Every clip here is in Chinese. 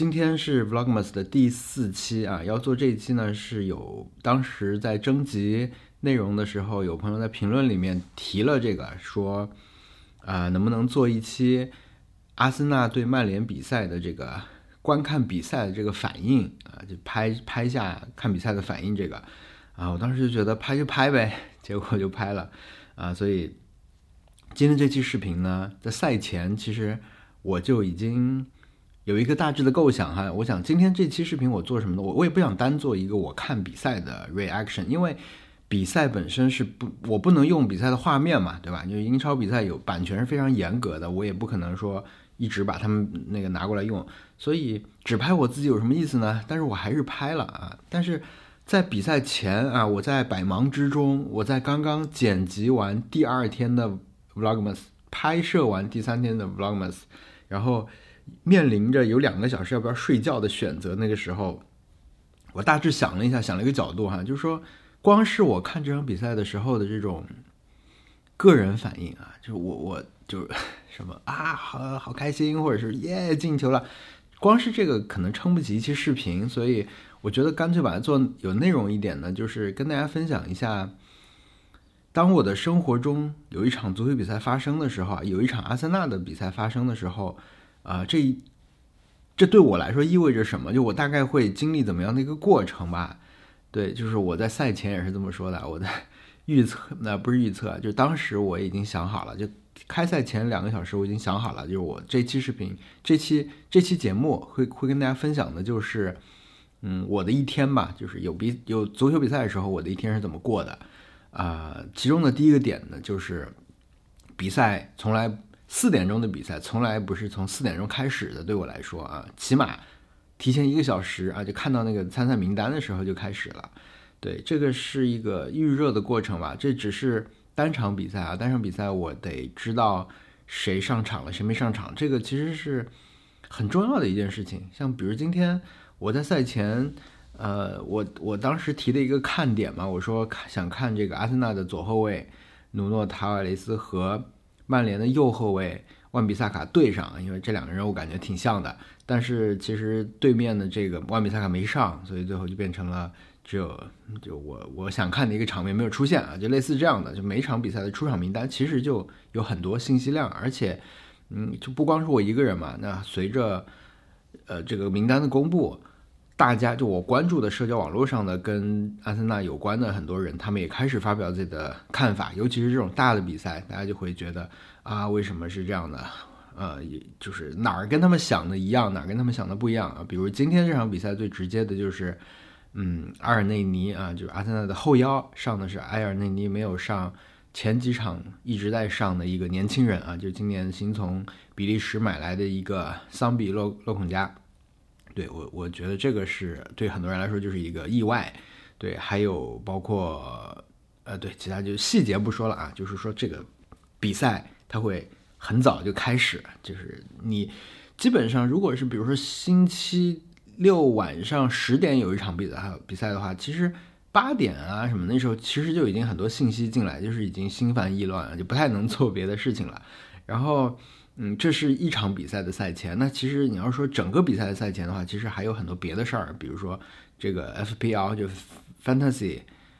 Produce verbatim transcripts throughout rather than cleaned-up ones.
今天是 Vlogmas 的第四期啊，要做这一期呢，是有当时在征集内容的时候，有朋友在评论里面提了这个，说啊、呃，能不能做一期阿森纳对曼联比赛的这个观看比赛的这个反应啊，就拍拍下看比赛的反应这个啊，我当时就觉得拍就拍呗，结果就拍了啊，所以今天这期视频呢，在赛前其实我就已经有一个大致的构想哈，我想今天这期视频我做什么呢？我我也不想单做一个我看比赛的 reaction， 因为比赛本身是不，我不能用比赛的画面嘛，对吧？就英超比赛有版权是非常严格的，我也不可能说一直把他们那个拿过来用，所以只拍我自己有什么意思呢？但是我还是拍了啊。但是在比赛前啊，我在百忙之中，我在刚刚剪辑完第二天的 Vlogmas， 拍摄完第三天的 Vlogmas， 然后面临着有两个小时要不要睡觉的选择，那个时候我大致想了一下，想了一个角度哈，就是说光是我看这场比赛的时候的这种个人反应啊，就是我我就什么啊好好开心，或者是耶进球了，光是这个可能撑不起一期视频，所以我觉得干脆把它做有内容一点呢，就是跟大家分享一下，当我的生活中有一场足球比赛发生的时候啊，有一场阿森纳的比赛发生的时候啊、呃，这这对我来说意味着什么？就我大概会经历怎么样的一个过程吧。对，就是我在赛前也是这么说的，我在预测，那不是预测，就当时我已经想好了，就开赛前两个小时我已经想好了，就是我这期视频，这期这期节目会会跟大家分享的就是，嗯，我的一天吧，就是有比有足球比赛的时候，我的一天是怎么过的啊、呃？其中的第一个点呢，就是比赛从来四点钟的比赛从来不是从四点钟开始的，对我来说啊，起码提前一个小时啊，就看到那个参赛名单的时候就开始了。对，这个是一个预热的过程吧。这只是单场比赛啊，单场比赛我得知道谁上场了，谁没上场，这个其实是很重要的一件事情。像比如今天我在赛前，呃，我我当时提的一个看点嘛，我说想看这个阿森纳的左后卫努诺·塔瓦雷斯和曼联的右后卫万比萨卡对上，因为这两个人我感觉挺像的，但是其实对面的这个万比萨卡没上，所以最后就变成了只有就我我想看的一个场面没有出现啊，就类似这样的，就每场比赛的出场名单其实就有很多信息量，而且嗯，就不光是我一个人嘛，那随着呃这个名单的公布，大家就我关注的社交网络上的跟阿森纳有关的很多人，他们也开始发表自己的看法，尤其是这种大的比赛，大家就会觉得啊，为什么是这样的？呃，也就是哪儿跟他们想的一样，哪儿跟他们想的不一样啊？比如今天这场比赛最直接的就是，嗯，阿尔内尼啊，就是阿森纳的后腰上的是埃尔内尼，没有上前几场一直在上的一个年轻人啊，就今年新从比利时买来的一个桑比洛洛孔加。对我，我觉得这个是对很多人来说就是一个意外。对，还有包括呃，对其他就细节不说了啊，就是说这个比赛它会很早就开始，就是你基本上如果是比如说星期六晚上十点有一场比赛比赛的话，其实八点啊什么那时候其实就已经很多信息进来，就是已经心烦意乱了，就不太能做别的事情了。然后嗯，这是一场比赛的赛前。那其实你要说整个比赛的赛前的话，其实还有很多别的事儿，比如说这个 F P L 就 Fantasy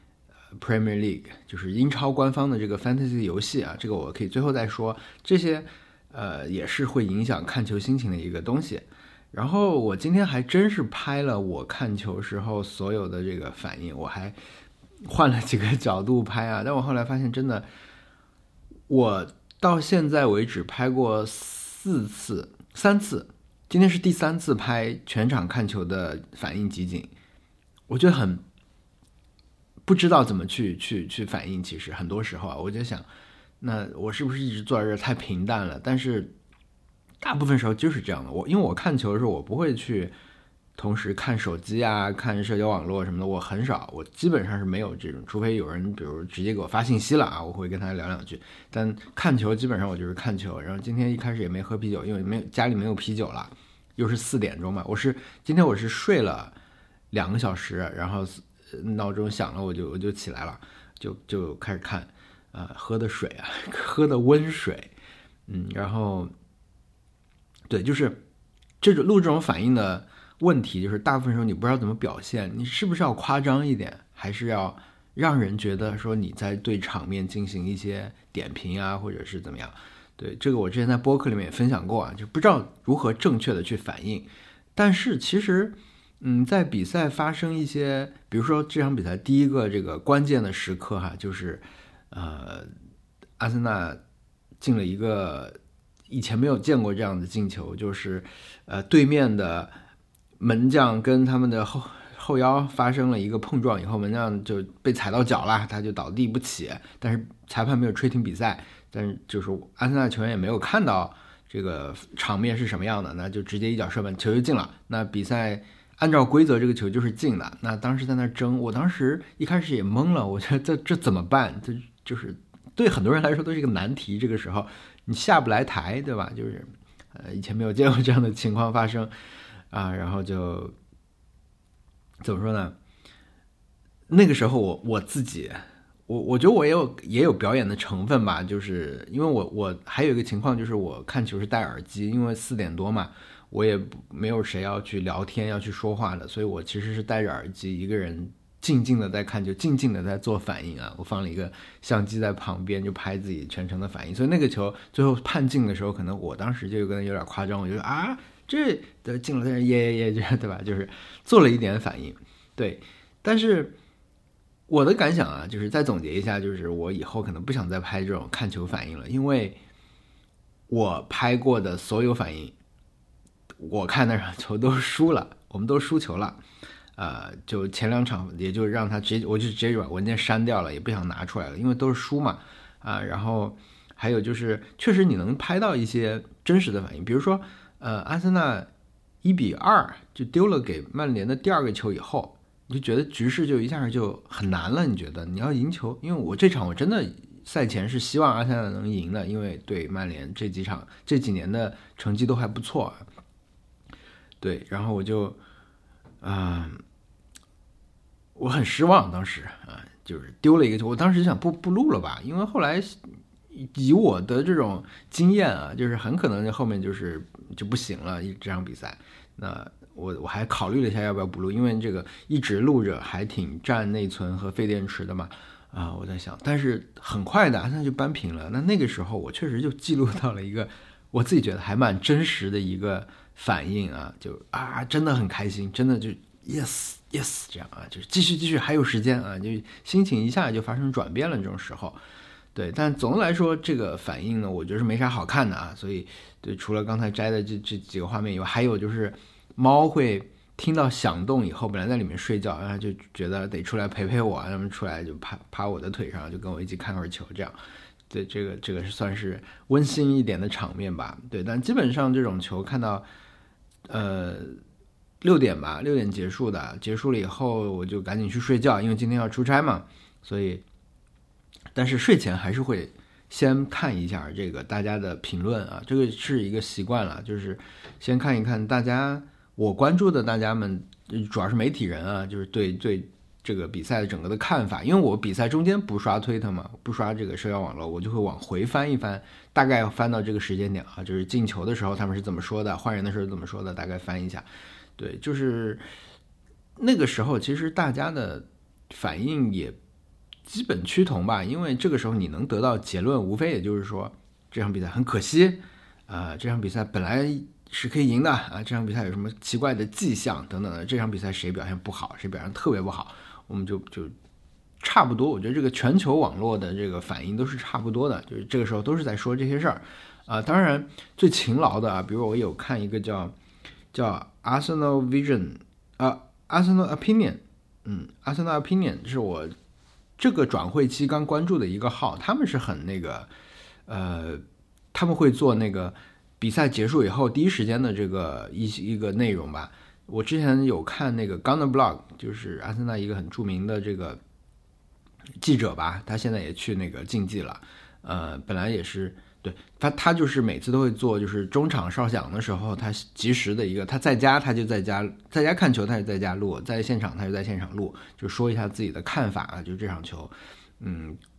Premier League， 就是英超官方的这个 Fantasy 游戏啊，这个我可以最后再说。这些呃也是会影响看球心情的一个东西。然后我今天还真是拍了我看球时候所有的这个反应，我还换了几个角度拍啊，但我后来发现真的我到现在为止拍过四次，三次，今天是第三次拍全场看球的反应集锦，我觉得很不知道怎么去去去反应。其实很多时候啊，我就想，那我是不是一直坐在这儿太平淡了？但是大部分时候就是这样的。我因为我看球的时候，我不会去同时看手机啊、看社交网络什么的，我很少，我基本上是没有这种，除非有人比如直接给我发信息了啊，我会跟他聊两句。但看球基本上我就是看球。然后今天一开始也没喝啤酒，因为没有家里没有啤酒了，又是四点钟嘛。我是今天我是睡了两个小时，然后闹钟响了我就我就起来了，就就开始看，啊、呃，喝的水啊，喝的温水，嗯，然后对，就是这种录这种反应的。 问题，就是大部分时候你不知道怎么表现，你是不是要夸张一点，还是要让人觉得说你在对场面进行一些点评啊，或者是怎么样。对，这个我之前在播客里面也分享过啊，就不知道如何正确的去反应。但是其实嗯，在比赛发生一些，比如说这场比赛第一个这个关键的时刻哈，就是呃阿森纳进了一个以前没有见过这样的进球，就是呃对面的门将跟他们的后后腰发生了一个碰撞以后，门将就被踩到脚了，他就倒地不起，但是裁判没有吹停比赛，但是就是阿森纳球员也没有看到这个场面是什么样的，那就直接一脚射门，球就进了。那比赛按照规则这个球就是进的，那当时在那争，我当时一开始也懵了，我觉得这这怎么办？这就是对很多人来说都是一个难题，这个时候你下不来台，对吧？就是呃以前没有见过这样的情况发生啊，然后就怎么说呢？那个时候我我自己，我我觉得我也有也有表演的成分吧，就是因为我我还有一个情况就是我看球是戴耳机，因为四点多嘛，我也没有谁要去聊天要去说话的，所以我其实是戴着耳机一个人静静的在看，就静静的在做反应啊。我放了一个相机在旁边，就拍自己全程的反应。所以那个球最后判进的时候，可能我当时就跟有点夸张，我就说啊，这的进了，耶耶耶，对吧？就是做了一点反应，对。但是我的感想啊，就是再总结一下，就是我以后可能不想再拍这种看球反应了，因为我拍过的所有反应，我看那场球都输了，我们都输球了。呃，就前两场也就让他直接，我就直接把文件删掉了，也不想拿出来了，因为都是输嘛。啊、呃，然后还有就是，确实你能拍到一些真实的反应，比如说，呃，阿森纳一比二就丢了给曼联的第二个球以后，你就觉得局势就一下就很难了。你觉得你要赢球，因为我这场我真的赛前是希望阿森纳能赢的，因为对曼联这几场这几年的成绩都还不错。对，然后我就，啊、呃，我很失望，当时啊、呃，就是丢了一个球，我当时就想不不录了吧，因为后来以我的这种经验啊，就是很可能后面就是就不行了，这场比赛。那我我还考虑了一下要不要不录，因为这个一直录着还挺占内存和废电池的嘛。啊、呃，我在想，但是很快的，那就扳平了。那那个时候我确实就记录到了一个我自己觉得还蛮真实的一个反应啊，就啊真的很开心，真的就 yes yes 这样啊，就是继续继续还有时间啊，就心情一下就发生转变了这种时候。对，但总的来说这个反应呢，我觉得是没啥好看的啊。所以对，除了刚才摘的这这几个画面以外，还有就是猫会听到响动以后，本来在里面睡觉，然后就觉得得出来陪陪我，他们出来就趴趴我的腿上，就跟我一起看会儿球，这样。对，这个这个算是温馨一点的场面吧。对，但基本上这种球看到，呃，六点吧，六点结束的，结束了以后我就赶紧去睡觉，因为今天要出差嘛，所以，但是睡前还是会先看一下这个大家的评论啊，这个是一个习惯了，就是先看一看大家我关注的大家们，主要是媒体人啊，就是对对。这个比赛的整个的看法，因为我比赛中间不刷推特嘛，不刷这个社交网络，我就会往回翻一翻，大概翻到这个时间点啊，就是进球的时候他们是怎么说的，换人的时候怎么说的，大概翻一下。对，就是那个时候其实大家的反应也基本趋同吧，因为这个时候你能得到结论，无非也就是说这场比赛很可惜啊、呃，这场比赛本来是可以赢的啊，这场比赛有什么奇怪的迹象等等的，这场比赛谁表现不好，谁表现特别不好。我们就就差不多，我觉得这个全球网络的这个反应都是差不多的，就是这个时候都是在说这些事儿啊。当然最勤劳的啊，比如我有看一个叫叫 Arsenal Vision 啊 Arsenal Opinion， 嗯 Arsenal Opinion 是我这个转会期刚关注的一个号，他们是很那个呃，他们会做那个比赛结束以后第一时间的这个一一个内容吧。我之前有看那个 Gunner Blog， 就是阿森纳一个很著名的这个记者吧，他现在也去那个竞技了。呃，本来也是对他，他就是每次都会做，就是中场哨响的时候，他及时的一个，他在家他就在家，在家看球他就在家录，在现场他就在现场录，就说一下自己的看法啊，就这场球，嗯，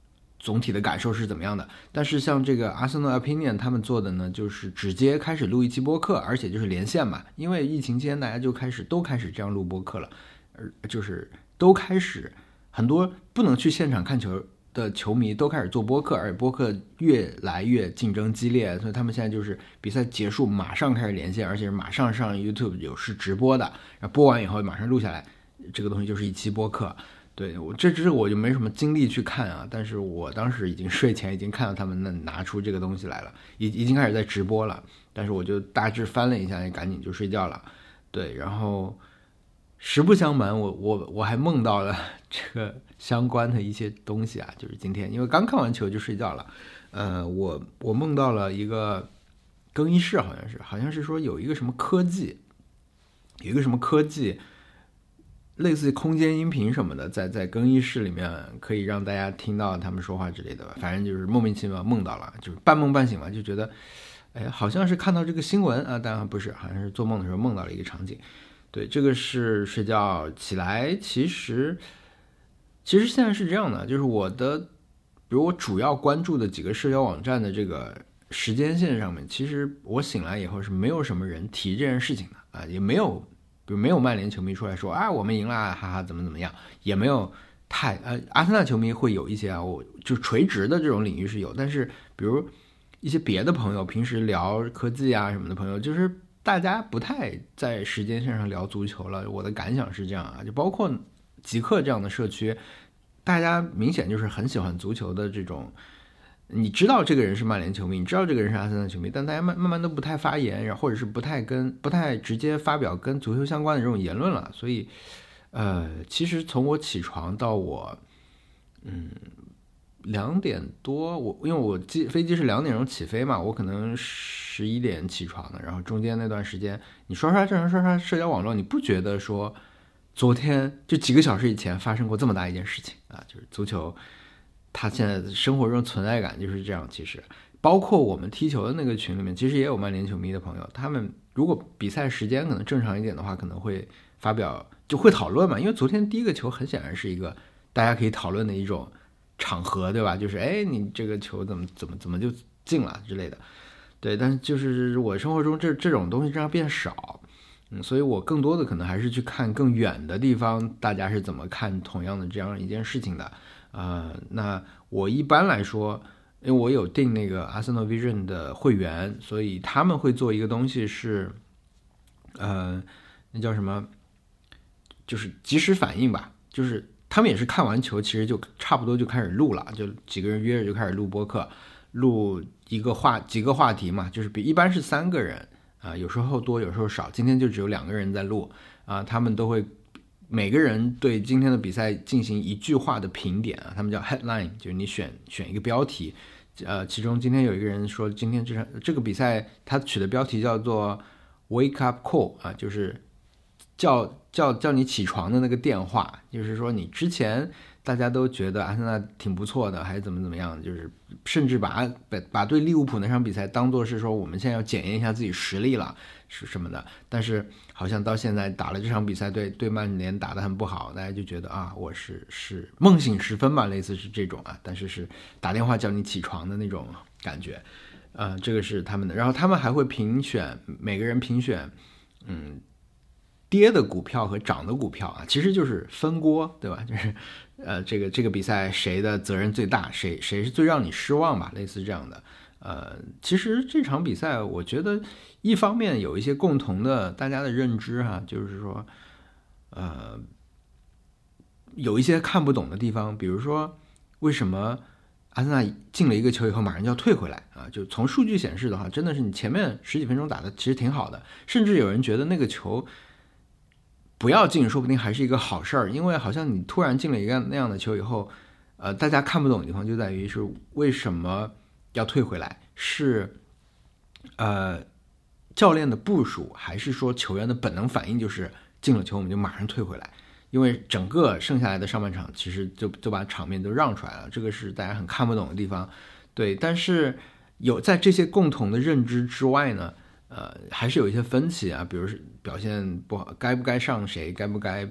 总体的感受是怎么样的。但是像这个 Arsenal Opinion 他们做的呢，就是直接开始录一期播客，而且就是连线嘛，因为疫情期间大家就开始都开始这样录播客了，而就是都开始很多不能去现场看球的球迷都开始做播客，而且播客越来越竞争激烈，所以他们现在就是比赛结束马上开始连线，而且是马上上 YouTube 有是直播的，然后播完以后马上录下来，这个东西就是一期播客。对，我这只是我就没什么精力去看啊，但是我当时已经睡前已经看到他们那拿出这个东西来了，已已经开始在直播了，但是我就大致翻了一下，也赶紧就睡觉了。对，然后实不相瞒，我我我还梦到了这个相关的一些东西啊，就是今天因为刚看完球就睡觉了，呃，我我梦到了一个更衣室，好像是好像是说有一个什么科技，有一个什么科技。类似空间音频什么的，在在更衣室里面可以让大家听到他们说话之类的吧，反正就是莫名其妙梦到了，就是半梦半醒嘛，就觉得，哎，好像是看到这个新闻啊，当然不是，好像是做梦的时候梦到了一个场景。对，这个是睡觉起来，其实其实现在是这样的，就是我的，比如我主要关注的几个社交网站的这个时间线上面，其实我醒来以后是没有什么人提这件事情的啊，也没有。比如没有曼联球迷出来说啊我们赢了哈哈怎么怎么样，也没有太呃阿森纳球迷会有一些啊，我就垂直的这种领域是有，但是比如一些别的朋友平时聊科技啊什么的朋友，就是大家不太在时间线上聊足球了，我的感想是这样啊，就包括极客这样的社区，大家明显就是很喜欢足球的这种。你知道这个人是曼联球迷，你知道这个人是阿森纳球迷，但大家慢慢慢都不太发言，然后或者是不太跟不太直接发表跟足球相关的这种言论了。所以，呃，其实从我起床到我，嗯，两点多，我因为我机飞机是两点钟起飞嘛，我可能十一点起床的，然后中间那段时间，你刷刷正常刷刷社交网络，你不觉得说昨天就几个小时以前发生过这么大一件事情啊？就是足球。他现在生活中存在感就是这样，其实包括我们踢球的那个群里面，其实也有曼联球迷的朋友，他们如果比赛时间可能正常一点的话，可能会发表就会讨论嘛，因为昨天第一个球很显然是一个大家可以讨论的一种场合，对吧？就是哎，你这个球怎么怎么怎么就进了之类的，对，但是就是我生活中这这种东西这样变少，嗯，所以我更多的可能还是去看更远的地方，大家是怎么看同样的这样一件事情的。呃，那我一般来说，因为我有订那个 Arsenal Vision 的会员，所以他们会做一个东西是，呃，那叫什么？就是即时反应吧。就是他们也是看完球，其实就差不多就开始录了，就几个人约着就开始录播客，录一个话几个话题嘛，就是比一般是三个人啊、呃，有时候多，有时候少。今天就只有两个人在录啊、呃，他们都会。每个人对今天的比赛进行一句话的评点啊，他们叫 headline， 就是你选选一个标题，呃，其中今天有一个人说，今天这场这个比赛他取的标题叫做 wake up call 啊，就是叫叫叫你起床的那个电话，就是说你之前大家都觉得阿森纳挺不错的，还是怎么怎么样，就是甚至把把把对利物浦那场比赛当作是说我们现在要检验一下自己实力了，是什么的，但是好像到现在打了这场比赛对对曼联打得很不好，大家就觉得啊，我是是梦醒时分吧，类似是这种啊，但是是打电话叫你起床的那种感觉，呃，这个是他们的，然后他们还会评选，每个人评选，嗯。跌的股票和涨的股票啊，其实就是分锅，对吧？就是呃，这个这个比赛谁的责任最大，谁谁是最让你失望吧，类似这样的。呃，其实这场比赛，我觉得一方面有一些共同的大家的认知哈、啊，就是说，呃，有一些看不懂的地方，比如说为什么阿森纳进了一个球以后马上就要退回来啊？就从数据显示的话，真的是你前面十几分钟打的其实挺好的，甚至有人觉得那个球。不要进，说不定还是一个好事儿，因为好像你突然进了一个那样的球以后，呃，大家看不懂的地方就在于是为什么要退回来，是呃教练的部署，还是说球员的本能反应就是进了球我们就马上退回来？因为整个剩下来的上半场其实就就把场面都让出来了，这个是大家很看不懂的地方。对，但是有在这些共同的认知之外呢？呃，还是有一些分歧啊，比如是表现不好，该不该上谁，该不该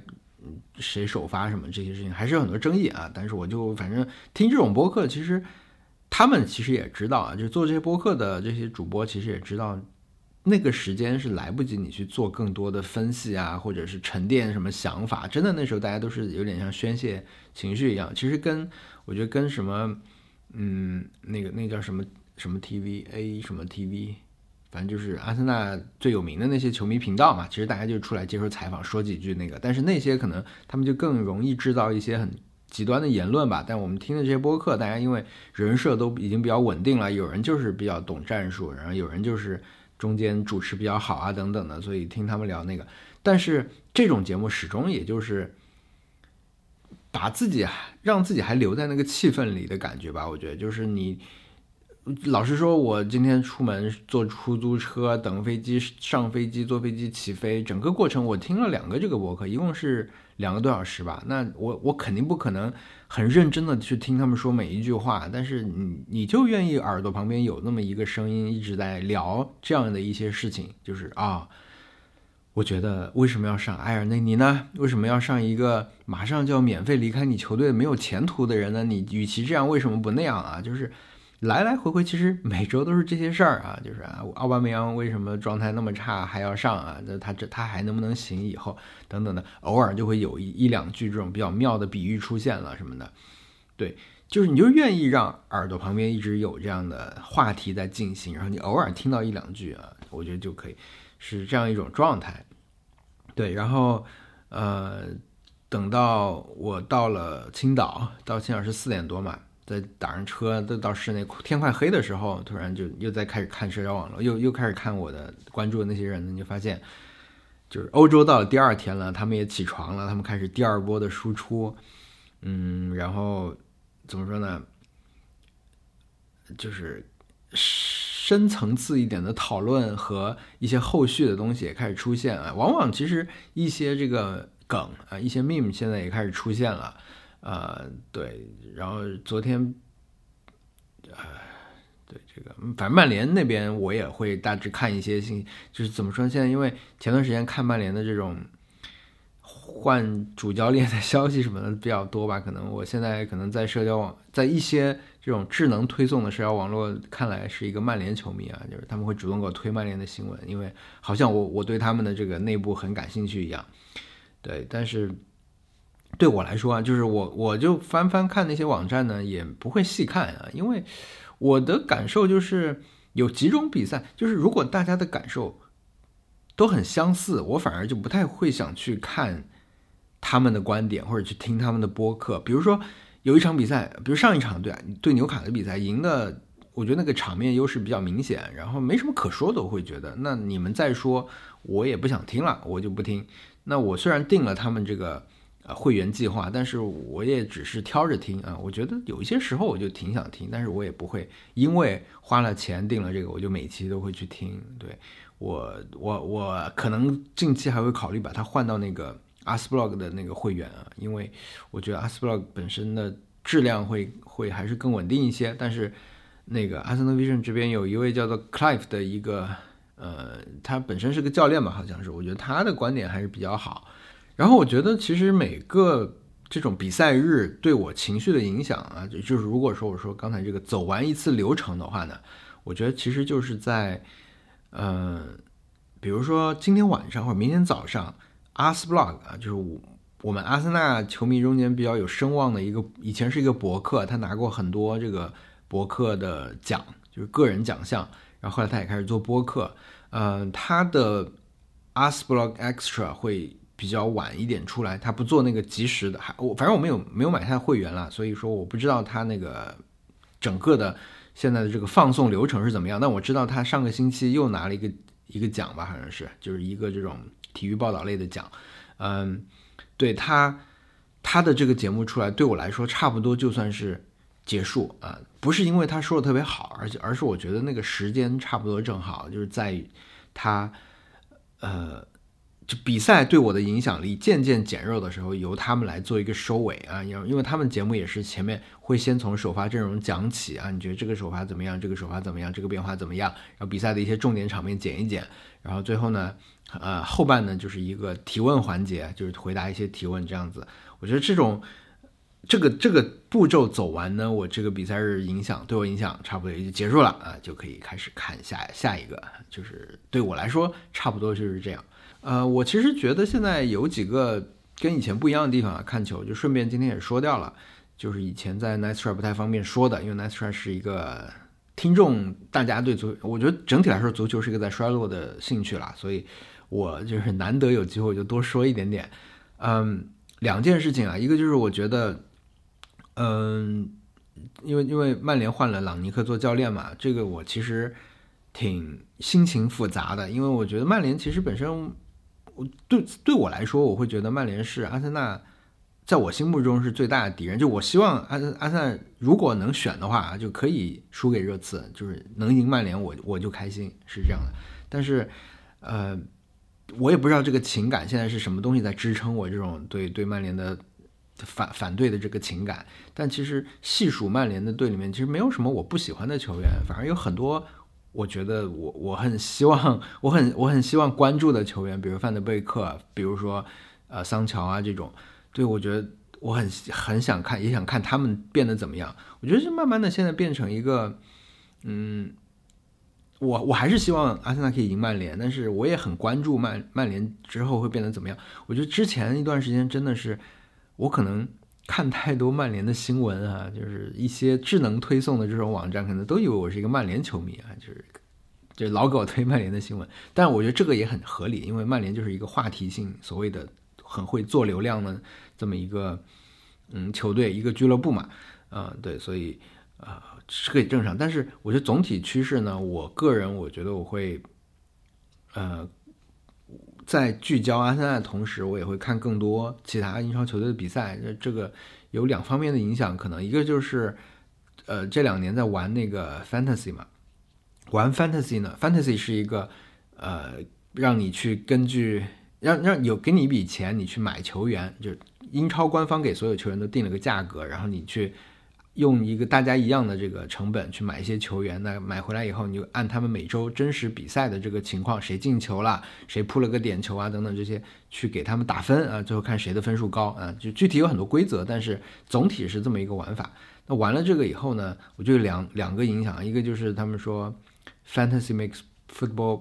谁首发什么这些事情还是有很多争议啊。但是我就反正听这种播客，其实他们其实也知道啊，就做这些播客的这些主播其实也知道，那个时间是来不及你去做更多的分析啊，或者是沉淀什么想法。真的那时候大家都是有点像宣泄情绪一样。其实跟我觉得跟什么嗯那个那叫什么什么 T V A 什么 T V。反正就是阿森纳最有名的那些球迷频道嘛，其实大家就出来接受采访说几句那个，但是那些可能他们就更容易制造一些很极端的言论吧。但我们听的这些播客，大家因为人设都已经比较稳定了，有人就是比较懂战术，然后有人就是中间主持比较好啊等等的，所以听他们聊那个。但是这种节目始终也就是把自己让自己还留在那个气氛里的感觉吧。我觉得就是你老实说，我今天出门坐出租车等飞机上飞机坐飞机起飞，整个过程我听了两个这个播客，一共是两个多小时吧。那我我肯定不可能很认真的去听他们说每一句话，但是你你就愿意耳朵旁边有那么一个声音一直在聊这样的一些事情，就是啊，我觉得为什么要上埃尔内尼呢？为什么要上一个马上就要免费离开你球队没有前途的人呢？你与其这样，为什么不那样啊？就是来来回回，其实每周都是这些事儿啊，就是啊，奥巴梅扬为什么状态那么差还要上啊？那他这他还能不能行以后等等的，偶尔就会有一一两句这种比较妙的比喻出现了什么的。对，就是你就愿意让耳朵旁边一直有这样的话题在进行，然后你偶尔听到一两句啊，我觉得就可以是这样一种状态。对，然后呃，等到我到了青岛，到青岛是四点多嘛。在打上车都到室内，天快黑的时候，突然就又在开始看社交网络，又又开始看我的关注的那些人，你就发现，就是欧洲到了第二天了，他们也起床了，他们开始第二波的输出，嗯，然后怎么说呢，就是深层次一点的讨论和一些后续的东西也开始出现啊，往往其实一些这个梗啊，一些 meme 现在也开始出现了。呃，对，然后昨天，呃，对这个，反正曼联那边我也会大致看一些信，就是怎么说，现在因为前段时间看曼联的这种换主教练的消息什么的比较多吧，可能我现在可能在社交网，在一些这种智能推送的社交网络看来是一个曼联球迷啊，就是他们会主动给我推曼联的新闻，因为好像我我对他们的这个内部很感兴趣一样，对，但是。对我来说啊，就是我我就翻翻看那些网站呢，也不会细看啊，因为我的感受就是有几种比赛，就是如果大家的感受都很相似，我反而就不太会想去看他们的观点或者去听他们的播客。比如说有一场比赛，比如上一场对对纽卡的比赛赢的，我觉得那个场面优势比较明显，然后没什么可说的，我会觉得那你们再说我也不想听了，我就不听。那我虽然定了他们这个呃，会员计划，但是我也只是挑着听啊。我觉得有一些时候我就挺想听，但是我也不会因为花了钱订了这个，我就每期都会去听。对我，我我可能近期还会考虑把它换到那个 Asblog 的那个会员啊，因为我觉得 Asblog 本身的质量会会还是更稳定一些。但是那个 Arsenal Vision 这边有一位叫做 Clive 的一个呃，他本身是个教练吧，好像是，我觉得他的观点还是比较好。然后我觉得其实每个这种比赛日对我情绪的影响啊，就是如果说我说刚才这个走完一次流程的话呢，我觉得其实就是在呃，比如说今天晚上或者明天早上 Asblog 啊，就是我我们阿森纳球迷中间比较有声望的一个，以前是一个博客，他拿过很多这个博客的奖，就是个人奖项，然后后来他也开始做播客，呃，他的 Asblog Extra 会比较晚一点出来，他不做那个即时的，还我反正我没有没有买他的会员了，所以说我不知道他那个整个的现在的这个放送流程是怎么样。但我知道他上个星期又拿了一个一个奖吧，好像是就是一个这种体育报道类的奖。嗯，对他他的这个节目出来，对我来说差不多就算是结束啊，不是因为他说的特别好，而且而是我觉得那个时间差不多正好，就是在于他呃。 就比赛对我的影响力渐渐减弱的时候，由他们来做一个收尾啊，因为他们节目也是前面会先从首发阵容讲起啊，你觉得这个首发怎么样，这个首发怎么样，这个变化怎么样，然后比赛的一些重点场面剪一剪，然后最后呢呃，后半呢就是一个提问环节，就是回答一些提问这样子。我觉得这种这个这个步骤走完呢，我这个比赛日影响对我影响差不多也就结束了啊，就可以开始看下下一个，就是对我来说差不多就是这样。呃，我其实觉得现在有几个跟以前不一样的地方啊，看球就顺便今天也说掉了，就是以前在 Nice Try 不太方便说的，因为 Nice Try 是一个听众大家对足，我觉得整体来说足球是一个在衰落的兴趣啦，所以我就是难得有机会就多说一点点。嗯，两件事情啊，一个就是我觉得，嗯，因为因为曼联换了朗尼克做教练嘛，这个我其实挺心情复杂的，因为我觉得曼联其实本身。对对我来说，我会觉得曼联是阿森纳在我心目中是最大的敌人。就我希望阿森阿森纳如果能选的话，就可以输给热刺，就是能赢曼联我我就开心，是这样的。但是呃，我也不知道这个情感现在是什么东西在支撑我这种对对曼联的反反对的这个情感。但其实细数曼联的队里面，其实没有什么我不喜欢的球员，反而有很多。我觉得我我很希望我很我很希望关注的球员，比如范德贝克，比如说呃桑乔啊这种，对我觉得我很很想看，也想看他们变得怎么样。我觉得是慢慢的现在变成一个，嗯，我我还是希望阿森纳可以赢曼联，但是我也很关注曼曼联之后会变得怎么样。我觉得之前一段时间真的是我可能。看太多曼联的新闻啊，就是一些智能推送的这种网站可能都以为我是一个曼联球迷啊，就是就老给我推曼联的新闻。但我觉得这个也很合理，因为曼联就是一个话题性所谓的很会做流量的这么一个嗯球队，一个俱乐部嘛，啊、呃、对，所以啊、呃、是可以正常。但是我觉得总体趋势呢，我个人我觉得我会呃。在聚焦阿森纳的同时，我也会看更多其他英超球队的比赛。这个有两方面的影响，可能一个就是，呃，这两年在玩那个 fantasy 嘛，玩 fantasy 呢 ，fantasy 是一个呃，让你去根据让让有给你一笔钱，你去买球员，就英超官方给所有球员都定了个价格，然后你去。用一个大家一样的这个成本去买一些球员，那买回来以后，你就按他们每周真实比赛的这个情况，谁进球了，谁扑了个点球啊，等等这些，去给他们打分啊，最后看谁的分数高啊。就具体有很多规则，但是总体是这么一个玩法。那玩了这个以后呢，我就有两两个影响，一个就是他们说 fantasy makes football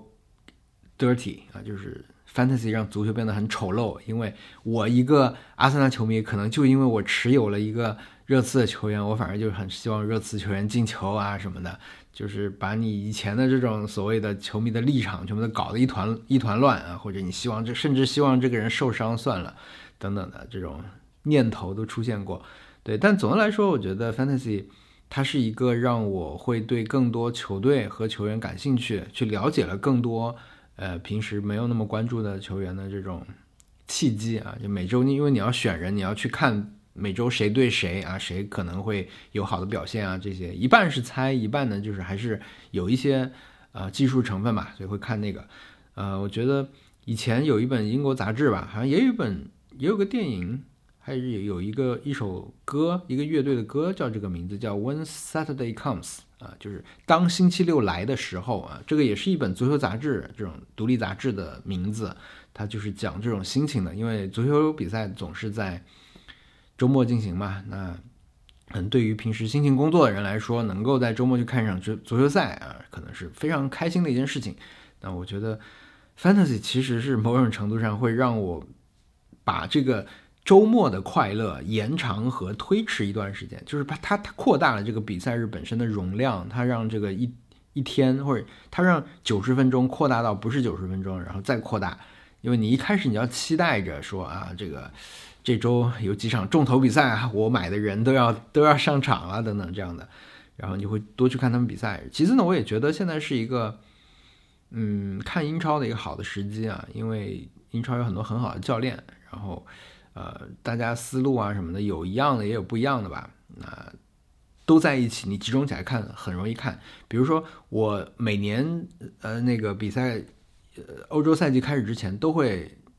dirty 啊，就是 fantasy 让足球变得很丑陋。因为我一个阿森纳球迷，可能就因为我持有了一个。热刺的球员，我反而就很希望热刺球员进球啊什么的，就是把你以前的这种所谓的球迷的立场全部都搞得一团一团乱啊，或者你希望这甚至希望这个人受伤算了等等的这种念头都出现过。对，但总的来说，我觉得 fantasy 它是一个让我会对更多球队和球员感兴趣，去了解了更多呃平时没有那么关注的球员的这种契机啊。就每周你因为你要选人，你要去看。每周谁对谁啊，谁可能会有好的表现啊，这些一半是猜，一半呢就是还是有一些呃技术成分吧，所以会看那个。呃，我觉得以前有一本英国杂志吧，好像也有一本，也有个电影，还是有一个一首歌，一个乐队的歌叫这个名字，叫 When Saturday Comes 啊，就是当星期六来的时候啊，这个也是一本足球杂志，这种独立杂志的名字，它就是讲这种心情的，因为足球比赛总是在。周末进行嘛，那嗯，对于平时辛勤工作的人来说，能够在周末去看一场足球赛啊，可能是非常开心的一件事情。那我觉得 fantasy 其实是某种程度上会让我把这个周末的快乐延长和推迟一段时间，就是它它扩大了这个比赛日本身的容量，它让这个一一天或者它让九十分钟扩大到不是九十分钟，然后再扩大，因为你一开始你要期待着说啊这个。这周有几场重头比赛啊，我买的人都要都要上场了等等这样的，然后你会多去看他们比赛。其次呢，我也觉得现在是一个嗯看英超的一个好的时机啊，因为英超有很多很好的教练，然后呃大家思路啊什么的有一样的也有不一样的吧，那都在一起，你集中起来看很容易看。比如说我每年呃那个比赛呃欧洲赛季开始之前都会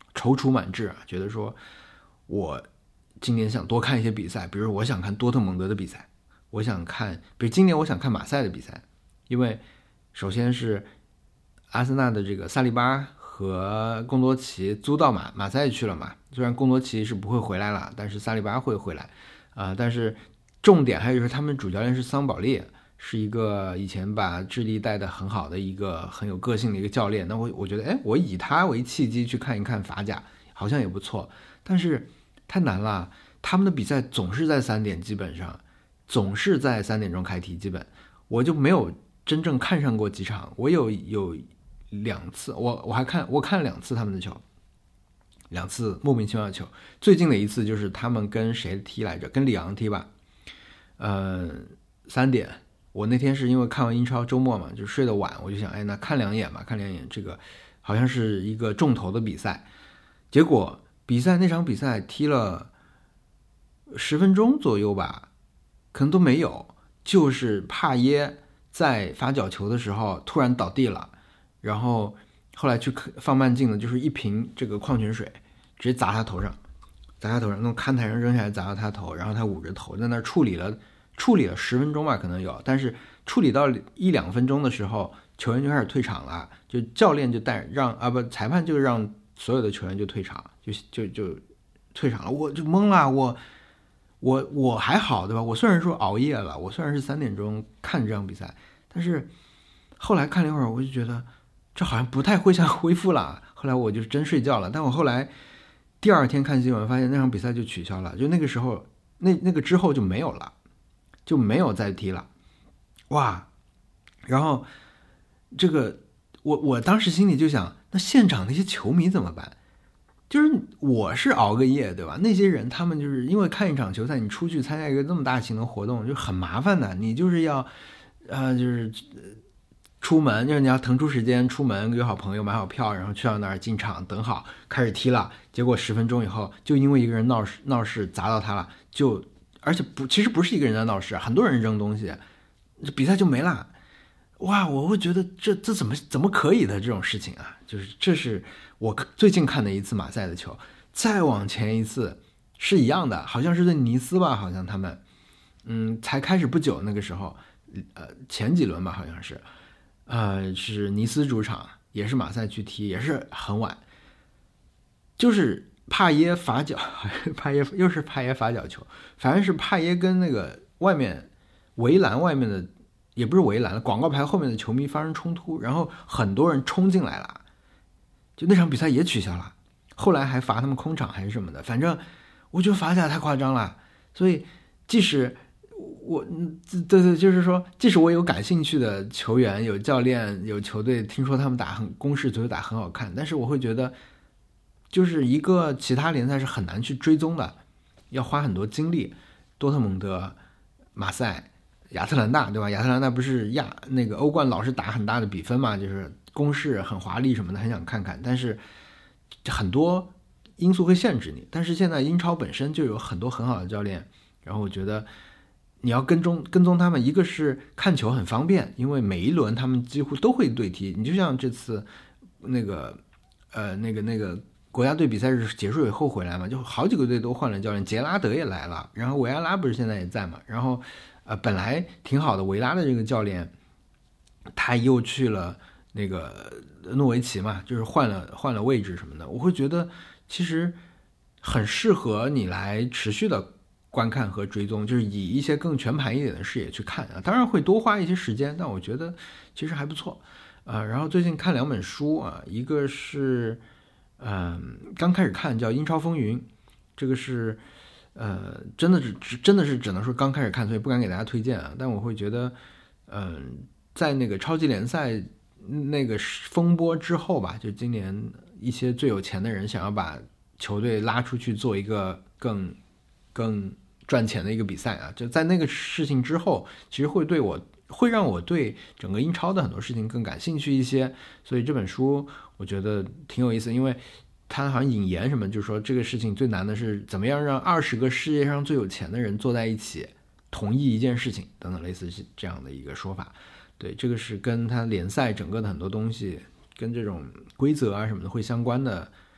踌躇满志啊，觉得说我今年想多看一些比赛，比如我想看多特蒙德的比赛，我想看，比如今年我想看马赛的比赛，因为首先是阿森纳的这个萨利巴和贡多齐租到马马赛去了嘛，虽然贡多齐是不会回来了，但是萨利巴会回来啊、呃。但是重点还有就是他们主教练是桑保利，是一个以前把智利带的很好的一个很有个性的一个教练。那我我觉得，哎，我以他为契机去看一看法甲，好像也不错。但是太难了，他们的比赛总是在三点，基本上总是在三点钟开踢，基本我就没有真正看上过几场。我有有两次，我我还看我看了两次他们的球，两次莫名其妙的球。最近的一次就是他们跟谁踢来着？跟里昂踢吧。呃，三点。我那天是因为看完英超周末嘛，就睡得晚，我就想，哎，那看两眼吧，看两眼这个好像是一个重头的比赛。结果比赛那场比赛踢了十分钟左右吧，可能都没有，就是帕耶在罚角球的时候突然倒地了，然后后来去放慢镜的，就是一瓶这个矿泉水直接砸他头上，砸他头上，从看台上扔下来砸到他头，然后他捂着头在那处理了处理了十分钟吧，可能有，但是处理到一两分钟的时候，球员就开始退场了，就教练就带让啊不，裁判就让所有的球员就退场，就就就退场了，我就懵了，我我我还好对吧？我虽然说熬夜了，我虽然是三点钟看这场比赛，但是后来看了一会儿，我就觉得这好像不太会像恢复了，后来我就真睡觉了。但我后来第二天看新闻，发现那场比赛就取消了，就那个时候那那个之后就没有了。就没有再踢了，哇！然后这个我我当时心里就想，那现场那些球迷怎么办？就是我是熬个夜对吧？那些人他们就是因为看一场球赛，你出去参加一个那么大型的活动就很麻烦的，你就是要呃就是出门，就是你要腾出时间出门，约好朋友买好票，然后去到那儿进场等好开始踢了。结果十分钟以后，就因为一个人闹事闹事砸到他了，就。而且不，其实不是一个人在闹事，很多人扔东西，比赛就没了。哇，我会觉得这这怎么怎么可以的这种事情啊？就是这是我最近看的一次马赛的球，再往前一次是一样的，好像是对尼斯吧，好像他们嗯才开始不久那个时候，呃前几轮吧，好像是，呃是尼斯主场，也是马赛去踢，也是很晚，就是。帕耶罚角，帕耶又是帕耶罚角球，反正是帕耶跟那个外面围栏外面的，也不是围栏了，广告牌后面的球迷发生冲突，然后很多人冲进来了，就那场比赛也取消了，后来还罚他们空场还是什么的，反正我觉得罚起来太夸张了，所以即使我，对对，就是说，即使我有感兴趣的球员、有教练、有球队，听说他们打很攻势足球打很好看，但是我会觉得。就是一个其他联赛是很难去追踪的，要花很多精力。多特蒙德、马赛、亚特兰大，对吧？亚特兰大不是亚那个欧冠老是打很大的比分嘛，就是攻势很华丽什么的，很想看看。但是很多因素会限制你。但是现在英超本身就有很多很好的教练，然后我觉得你要跟踪跟踪他们，一个是看球很方便，因为每一轮他们几乎都会对踢。你就像这次那个呃那个那个。国家队比赛日结束以后回来嘛，就好几个队都换了教练，杰拉德也来了，然后维埃拉不是现在也在嘛，然后呃本来挺好的维拉的这个教练，他又去了那个诺维奇嘛，就是换了换了位置什么的，我会觉得其实很适合你来持续的观看和追踪，就是以一些更全盘一点的视野去看啊，当然会多花一些时间，但我觉得其实还不错啊、呃。然后最近看两本书啊，一个是。嗯，刚开始看叫《英超风云》，这个是，呃，真的是真的是只能说刚开始看，所以不敢给大家推荐啊。但我会觉得，嗯，在那个超级联赛那个风波之后吧，就今年一些最有钱的人想要把球队拉出去做一个更更赚钱的一个比赛啊，就在那个事情之后，其实会对我会让我对整个英超的很多事情更感兴趣一些，所以这本书。我觉得挺有意思，因为他好像引言什么，就是说这个事情最难的是怎么样让二十个世界上最有钱的人坐在一起同意一件事情，等等类似这样的一个说法。对，这个是跟他联赛整个的很多东西，跟这种规则啊什么的会相关的，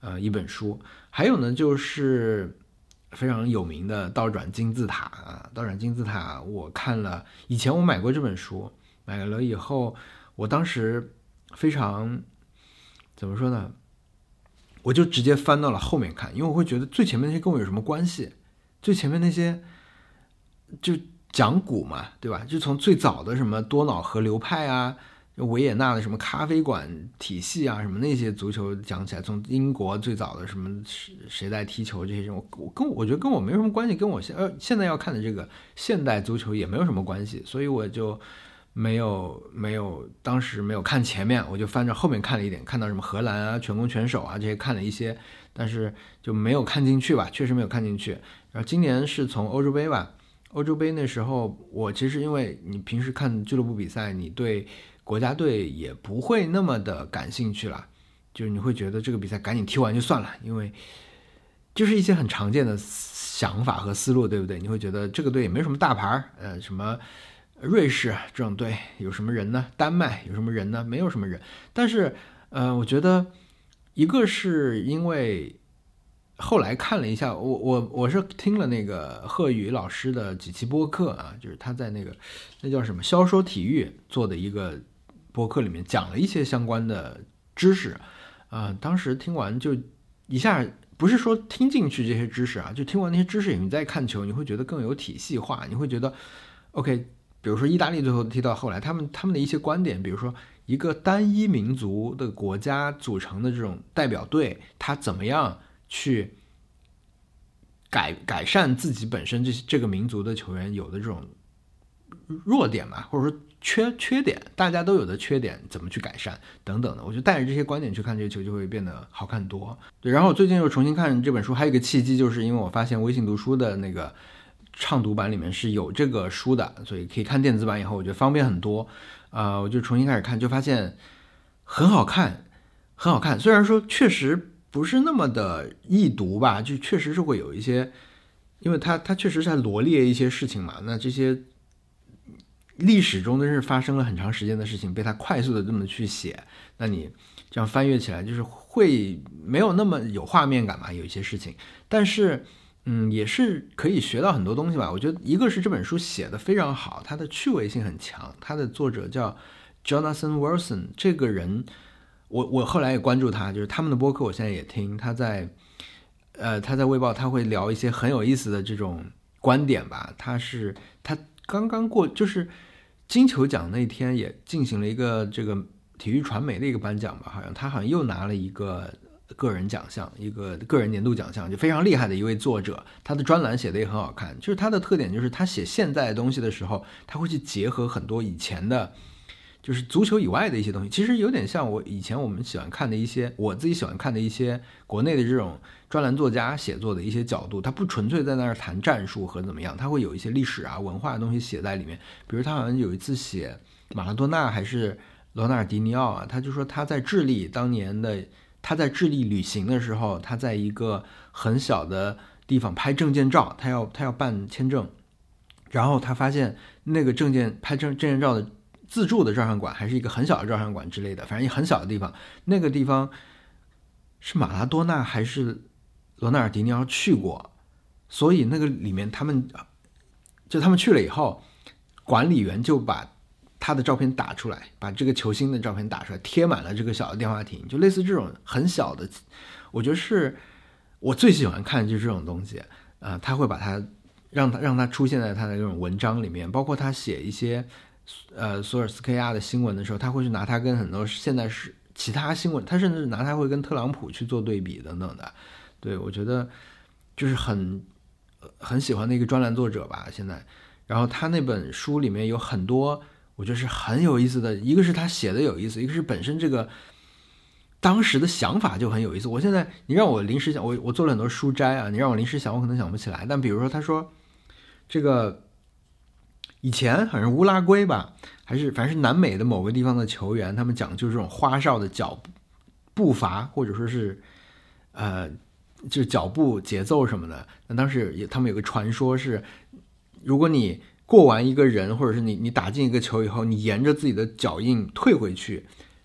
呃一本书。还有呢就是非常有名的倒转金字塔啊，倒转金字塔我看了，以前我买过这本书，买了以后我当时非常怎么说呢，我就直接翻到了后面看，因为我会觉得最前面那些跟我有什么关系，最前面那些就讲古嘛，对吧？就从最早的什么多瑙河流派啊，维也纳的什么咖啡馆体系啊，什么那些足球讲起来，从英国最早的什么谁在踢球这些，我我跟我觉得跟我没有什么关系，跟我现呃现在要看的这个现代足球也没有什么关系，所以我就没有没有当时没有看前面，我就翻着后面看了一点，看到什么荷兰啊、全攻全守啊这些看了一些，但是就没有看进去吧，确实没有看进去。然后今年是从欧洲杯吧。欧洲杯那时候我其实因为你平时看俱乐部比赛，你对国家队也不会那么的感兴趣了，就是你会觉得这个比赛赶紧踢完就算了，因为就是一些很常见的想法和思路，对不对？你会觉得这个队也没什么大牌，呃，什么瑞士这种队有什么人呢？丹麦有什么人呢？没有什么人。但是呃，我觉得一个是因为后来看了一下，我我我是听了那个贺宇老师的几期播客啊，就是他在那个那叫什么销说体育做的一个播客里面讲了一些相关的知识啊、呃，当时听完就一下不是说听进去这些知识啊，就听完那些知识，你再看球，你会觉得更有体系化，你会觉得 OK， 比如说意大利最后踢到后来，他们他们的一些观点，比如说一个单一民族的国家组成的这种代表队，他怎么样去改改善自己本身这这个民族的球员有的这种弱点嘛，或者说缺缺点，大家都有的缺点怎么去改善等等的，我就带着这些观点去看这个球，就会变得好看多。对，然后我最近又重新看这本书，还有一个契机，就是因为我发现微信读书的那个畅读版里面是有这个书的，所以可以看电子版以后，我觉得方便很多。呃，我就重新开始看，就发现很好看，很好看。虽然说确实不是那么的易读吧，就确实是会有一些，因为它它确实是在罗列一些事情嘛，那这些历史中真是发生了很长时间的事情，被他快速的这么去写，那你这样翻阅起来就是会没有那么有画面感嘛，有一些事情，但是嗯，也是可以学到很多东西吧。我觉得一个是这本书写的非常好，它的趣味性很强，它的作者叫 Jonathan Wilson， 这个人我我后来也关注他，就是他们的播客我现在也听，他在呃他在卫报他会聊一些很有意思的这种观点吧，他是他刚刚过就是金球奖那天也进行了一个这个体育传媒的一个颁奖吧，好像他好像又拿了一个个人奖项，一个个人年度奖项，就非常厉害的一位作者，他的专栏写的也很好看，就是他的特点就是他写现在的东西的时候，他会去结合很多以前的就是足球以外的一些东西，其实有点像我以前我们喜欢看的一些我自己喜欢看的一些国内的这种专栏作家写作的一些角度，他不纯粹在那儿谈战术和怎么样，他会有一些历史啊文化的东西写在里面。比如他好像有一次写马拉多纳还是罗纳尔迪尼奥啊，他就说他在智利当年的他在智利旅行的时候，他在一个很小的地方拍证件照，他要他要办签证，然后他发现那个证件拍证证件照的自助的照相馆还是一个很小的照相馆之类的，反正一很小的地方，那个地方是马拉多纳还是罗纳尔迪尼奥去过，所以那个里面他们就他们去了以后，管理员就把他的照片打出来，把这个球星的照片打出来，贴满了这个小的电话亭，就类似这种很小的，我觉得是我最喜欢看的就是这种东西啊、呃，他会把它让他让他出现在他的这种文章里面，包括他写一些呃索尔斯克亚的新闻的时候，他会去拿他跟很多现在是其他新闻，他甚至拿他会跟特朗普去做对比等等的。对，我觉得就是很很喜欢的一个专栏作者吧现在。然后他那本书里面有很多我觉得是很有意思的，一个是他写的有意思，一个是本身这个当时的想法就很有意思。我现在你让我临时想，我我做了很多书摘啊，你让我临时想我可能想不起来，但比如说他说这个以前好像乌拉圭吧，还是反正是南美的某个地方的球员，他们讲究这种花哨的脚步伐，或者说是呃就是脚步节奏什么的。那当时也他们有个传说是，如果你过完一个人，或者是你你打进一个球以后，你沿着自己的脚印退回去，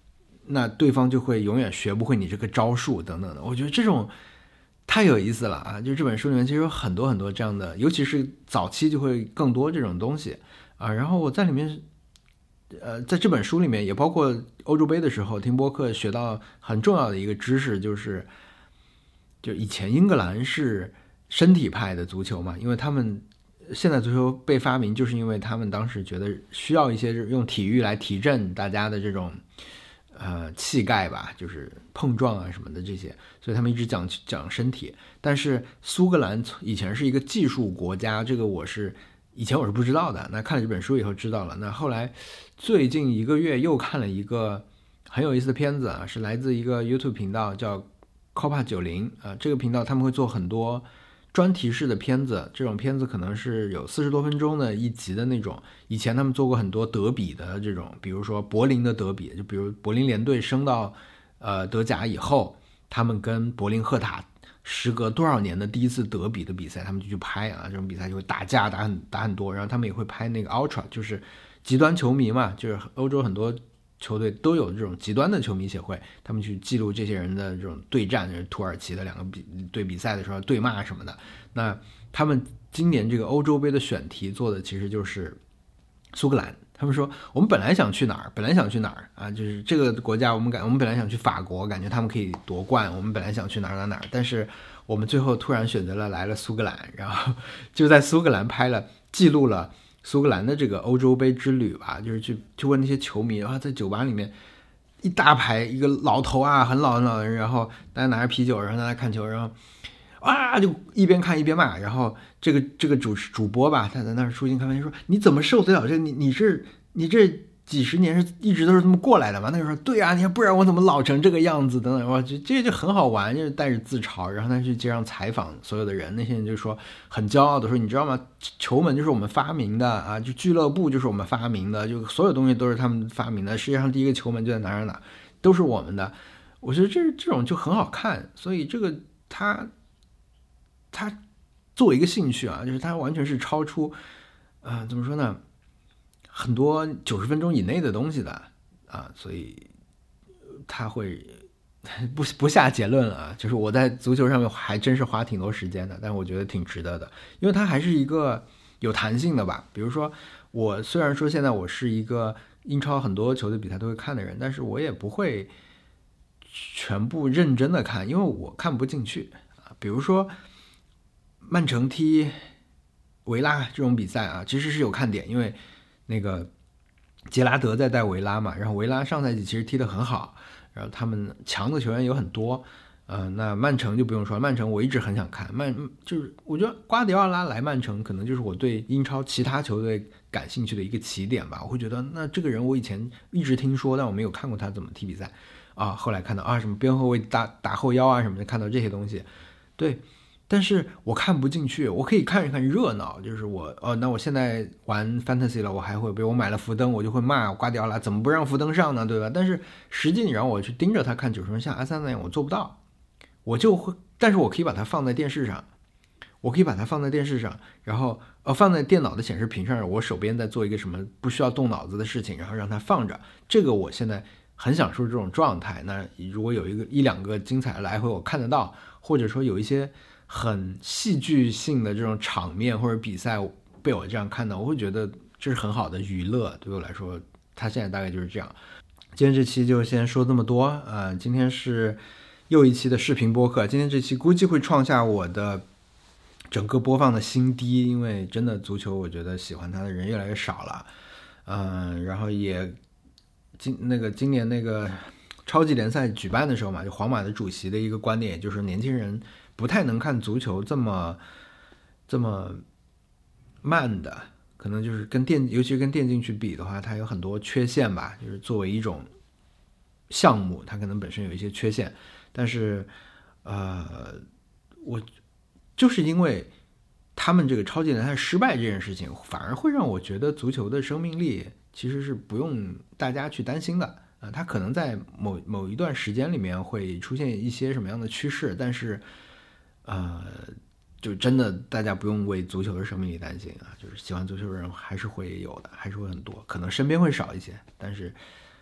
那对方就会永远学不会你这个招数等等的。我觉得这种太有意思了啊！就这本书里面其实有很多很多这样的，尤其是早期就会更多这种东西啊。然后我在里面，呃，在这本书里面也包括欧洲杯的时候听播客学到很重要的一个知识，就是就以前英格兰是身体派的足球嘛，因为他们现代足球被发明，就是因为他们当时觉得需要一些用体育来提振大家的这种呃气概吧，就是碰撞啊什么的这些，所以他们一直讲讲身体。但是苏格兰以前是一个技术国家，这个我是以前我是不知道的，那看了这本书以后知道了。那后来最近一个月又看了一个很有意思的片子啊，是来自一个 YouTube 频道叫 Copa 九十啊，这个频道他们会做很多专题式的片子，这种片子可能是有四十多分钟的一集的那种。以前他们做过很多德比的这种，比如说柏林的德比，就比如柏林联队升到呃德甲以后，他们跟柏林赫塔时隔多少年的第一次德比的比赛，他们就去拍啊，这种比赛就会打架打很打很多，然后他们也会拍那个 Ultra， 就是极端球迷嘛，就是欧洲很多球队都有这种极端的球迷协会，他们去记录这些人的这种对战，就是土耳其的两个比对比赛的时候对骂什么的。那他们今年这个欧洲杯的选题做的其实就是苏格兰，他们说我们本来想去哪儿，本来想去哪儿啊，就是这个国家我们感我们本来想去法国，感觉他们可以夺冠，我们本来想去哪儿哪儿哪儿，但是我们最后突然选择了来了苏格兰，然后就在苏格兰拍了记录了苏格兰的这个欧洲杯之旅吧，就是去去问那些球迷，然后在酒吧里面一大排一个老头啊，很老很老的人，然后大家拿着啤酒，然后大家看球，然后啊就一边看一边骂，然后这个这个主主播吧，他在那儿出镜开玩笑说：“你怎么受得了这？你你是你这几十年是一直都是这么过来的吗？”那个时候对啊，你看不然我怎么老成这个样子等等，哇，这这就很好玩，就是带着自嘲。然后他去街上采访所有的人，那些人就说很骄傲的说：“你知道吗？球门就是我们发明的啊，就俱乐部就是我们发明的，就所有东西都是他们发明的。世界上第一个球门就在哪哪哪，都是我们的。”我觉得这这种就很好看，所以这个他他作为一个兴趣啊，就是他完全是超出呃怎么说呢？很多九十分钟以内的东西的啊，所以他会不不下结论了啊。就是我在足球上面还真是花挺多时间的，但我觉得挺值得的，因为它还是一个有弹性的吧。比如说，我虽然说现在我是一个英超很多球队比赛都会看的人，但是我也不会全部认真的看，因为我看不进去啊。比如说曼城踢维拉这种比赛啊，其实是有看点，因为那个杰拉德在带维拉嘛，然后维拉上赛季其实踢得很好，然后他们强的球员有很多，呃，那曼城就不用说了，曼城我一直很想看，曼就是我觉得瓜迪奥拉来曼城可能就是我对英超其他球队感兴趣的一个起点吧，我会觉得那这个人我以前一直听说，但我没有看过他怎么踢比赛啊，后来看到啊什么边后卫打打后腰啊什么的，看到这些东西，对。但是我看不进去，我可以看一看热闹，就是我哦，那我现在玩 fantasy 了，我还会，比如我买了福登，我就会骂瓜迪奥拉怎么不让福登上呢，对吧？但是实际你让我去盯着他看九十分像阿三那样，我做不到，我就会，但是我可以把它放在电视上，我可以把它放在电视上，然后呃放在电脑的显示屏上，我手边在做一个什么不需要动脑子的事情，然后让它放着，这个我现在很享受这种状态。那如果有一个一两个精彩的来回我看得到，或者说有一些很戏剧性的这种场面或者比赛被我这样看到，我会觉得这是很好的娱乐，对我来说它现在大概就是这样。今天这期就先说这么多啊、呃！今天是又一期的视频播客，今天这期估计会创下我的整个播放的新低，因为真的足球我觉得喜欢它的人越来越少了，嗯、呃，然后也今那个今年那个超级联赛举办的时候嘛，就皇马的主席的一个观点，也就是年轻人不太能看足球这么这么慢的，可能就是跟电，尤其是跟电竞去比的话，它有很多缺陷吧。就是作为一种项目，它可能本身有一些缺陷，但是呃，我就是因为他们这个超级联赛失败这件事情，反而会让我觉得足球的生命力其实是不用大家去担心的。呃，它可能在某某一段时间里面会出现一些什么样的趋势，但是。呃，就真的大家不用为足球的生命力担心啊，就是喜欢足球的人还是会有的，还是会很多，可能身边会少一些，但是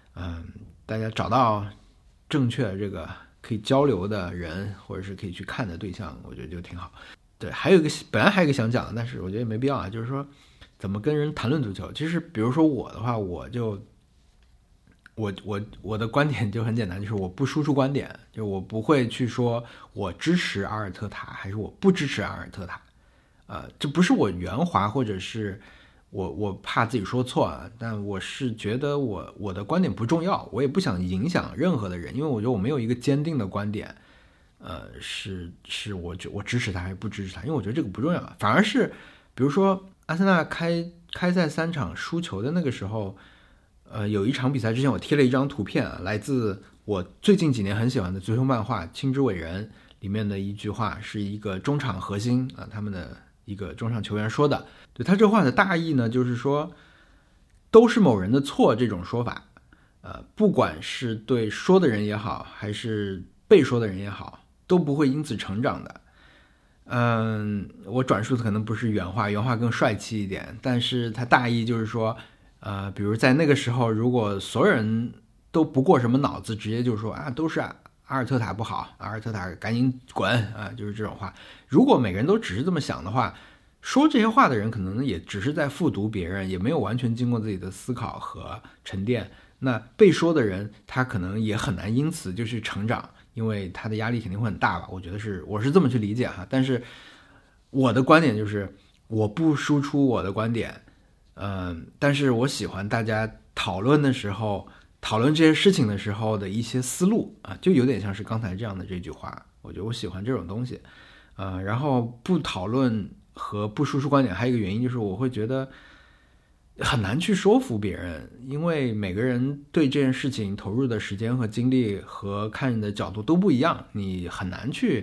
嗯，大家找到正确的这个可以交流的人，或者是可以去看的对象，我觉得就挺好。对，还有一个本来还有一个想讲的，但是我觉得没必要啊，就是说怎么跟人谈论足球。其实比如说我的话，我就我我我的观点就很简单，就是我不输出观点，就我不会去说我支持阿尔特塔还是我不支持阿尔特塔，呃，这不是我圆滑或者是我我怕自己说错啊，但我是觉得我我的观点不重要，我也不想影响任何的人，因为我觉得我没有一个坚定的观点，呃，是是我我支持他还是不支持他，因为我觉得这个不重要，反而是比如说阿森纳开开赛三场输球的那个时候，呃，有一场比赛之前我贴了一张图片啊，来自我最近几年很喜欢的足球漫画《青之伟人》里面的一句话，是一个中场核心啊，他们的一个中场球员说的。对，他这话的大意呢，就是说都是某人的错这种说法，呃，不管是对说的人也好，还是被说的人也好，都不会因此成长的。嗯，我转述的可能不是原话，原话更帅气一点，但是他大意就是说，呃，比如在那个时候，如果所有人都不过什么脑子，直接就说啊，都是阿尔特塔不好，阿尔特塔赶紧滚啊，就是这种话。如果每个人都只是这么想的话，说这些话的人可能也只是在复读别人，也没有完全经过自己的思考和沉淀。那被说的人，他可能也很难因此就去成长，因为他的压力肯定会很大吧。我觉得是，我是这么去理解哈。但是我的观点就是，我不输出我的观点，嗯、呃，但是我喜欢大家讨论的时候，讨论这些事情的时候的一些思路啊，就有点像是刚才这样的这句话。我觉得我喜欢这种东西，呃，然后不讨论和不输出观点，还有一个原因就是我会觉得很难去说服别人，因为每个人对这件事情投入的时间和精力和看的角度都不一样，你很难去。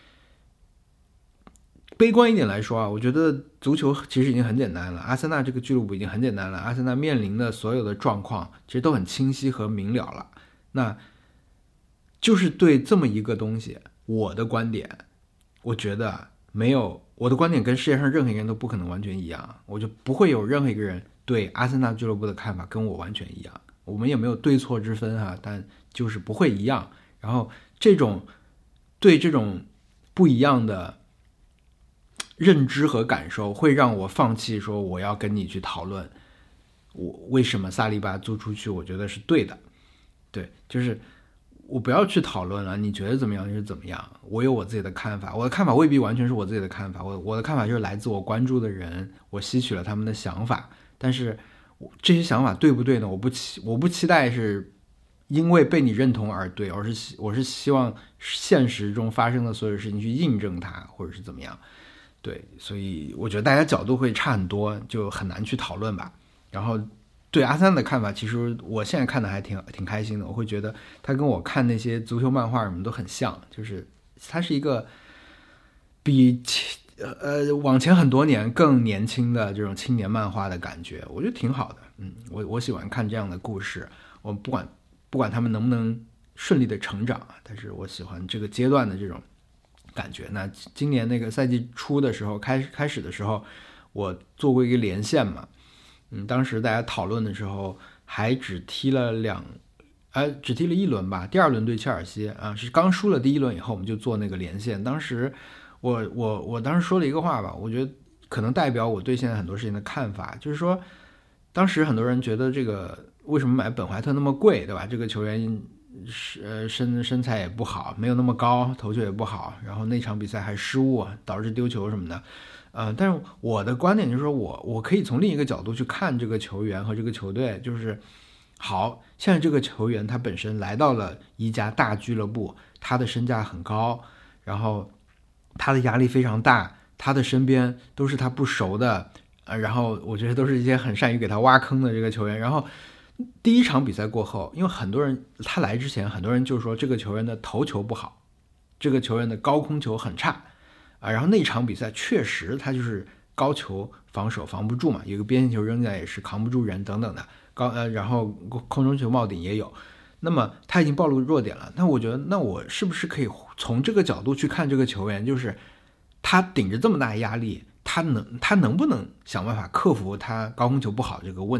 悲观一点来说啊，我觉得足球其实已经很简单了，阿森纳这个俱乐部已经很简单了，阿森纳面临的所有的状况其实都很清晰和明了了。那就是对这么一个东西，我的观点，我觉得没有我的观点跟世界上任何一个人都不可能完全一样，我就不会有任何一个人对阿森纳俱乐部的看法跟我完全一样，我们也没有对错之分哈，但就是不会一样。然后这种对这种不一样的认知和感受会让我放弃说我要跟你去讨论我为什么萨利巴租出去，我觉得是对的。对，就是我不要去讨论了，你觉得怎么样就是怎么样，我有我自己的看法，我的看法未必完全是我自己的看法，我我的看法就是来自我关注的人，我吸取了他们的想法，但是这些想法对不对呢？我不期我不期待是因为被你认同而对，而是我是希望现实中发生的所有事情去印证它，或者是怎么样。对，所以我觉得大家角度会差很多，就很难去讨论吧。然后对阿森纳的看法，其实我现在看的还挺挺开心的。我会觉得他跟我看那些足球漫画什么都很像，就是他是一个比呃往前很多年更年轻的这种青年漫画的感觉，我觉得挺好的。嗯，我我喜欢看这样的故事，我不管不管他们能不能顺利的成长，但是我喜欢这个阶段的这种感觉。那今年那个赛季初的时候，开开始的时候，我做过一个连线嘛，嗯，当时大家讨论的时候，还只踢了两，呃，只踢了一轮吧，第二轮对切尔西啊，是刚输了第一轮以后，我们就做那个连线。当时我我我当时说了一个话吧，我觉得可能代表我对现在很多事情的看法，就是说，当时很多人觉得这个为什么买本怀特那么贵，对吧？这个球员呃身身材也不好，没有那么高，头球也不好，然后那场比赛还失误，导致丢球什么的。呃，但是我的观点就是说我我可以从另一个角度去看这个球员和这个球队，就是好，现在这个球员他本身来到了一家大俱乐部，他的身价很高，然后他的压力非常大，他的身边都是他不熟的，呃，然后我觉得都是一些很善于给他挖坑的这个球员。然后第一场比赛过后，因为很多人他来之前，很多人就说这个球员的头球不好，这个球员的高空球很差啊。然后那场比赛确实他就是高球防守防不住嘛，有个边线球扔下来也是扛不住人等等的高呃，然后空中球帽顶也有。那么他已经暴露弱点了，那我觉得那我是不是可以从这个角度去看这个球员，就是他顶着这么大压力，他能他能不能想办法克服他高空球不好这个问题，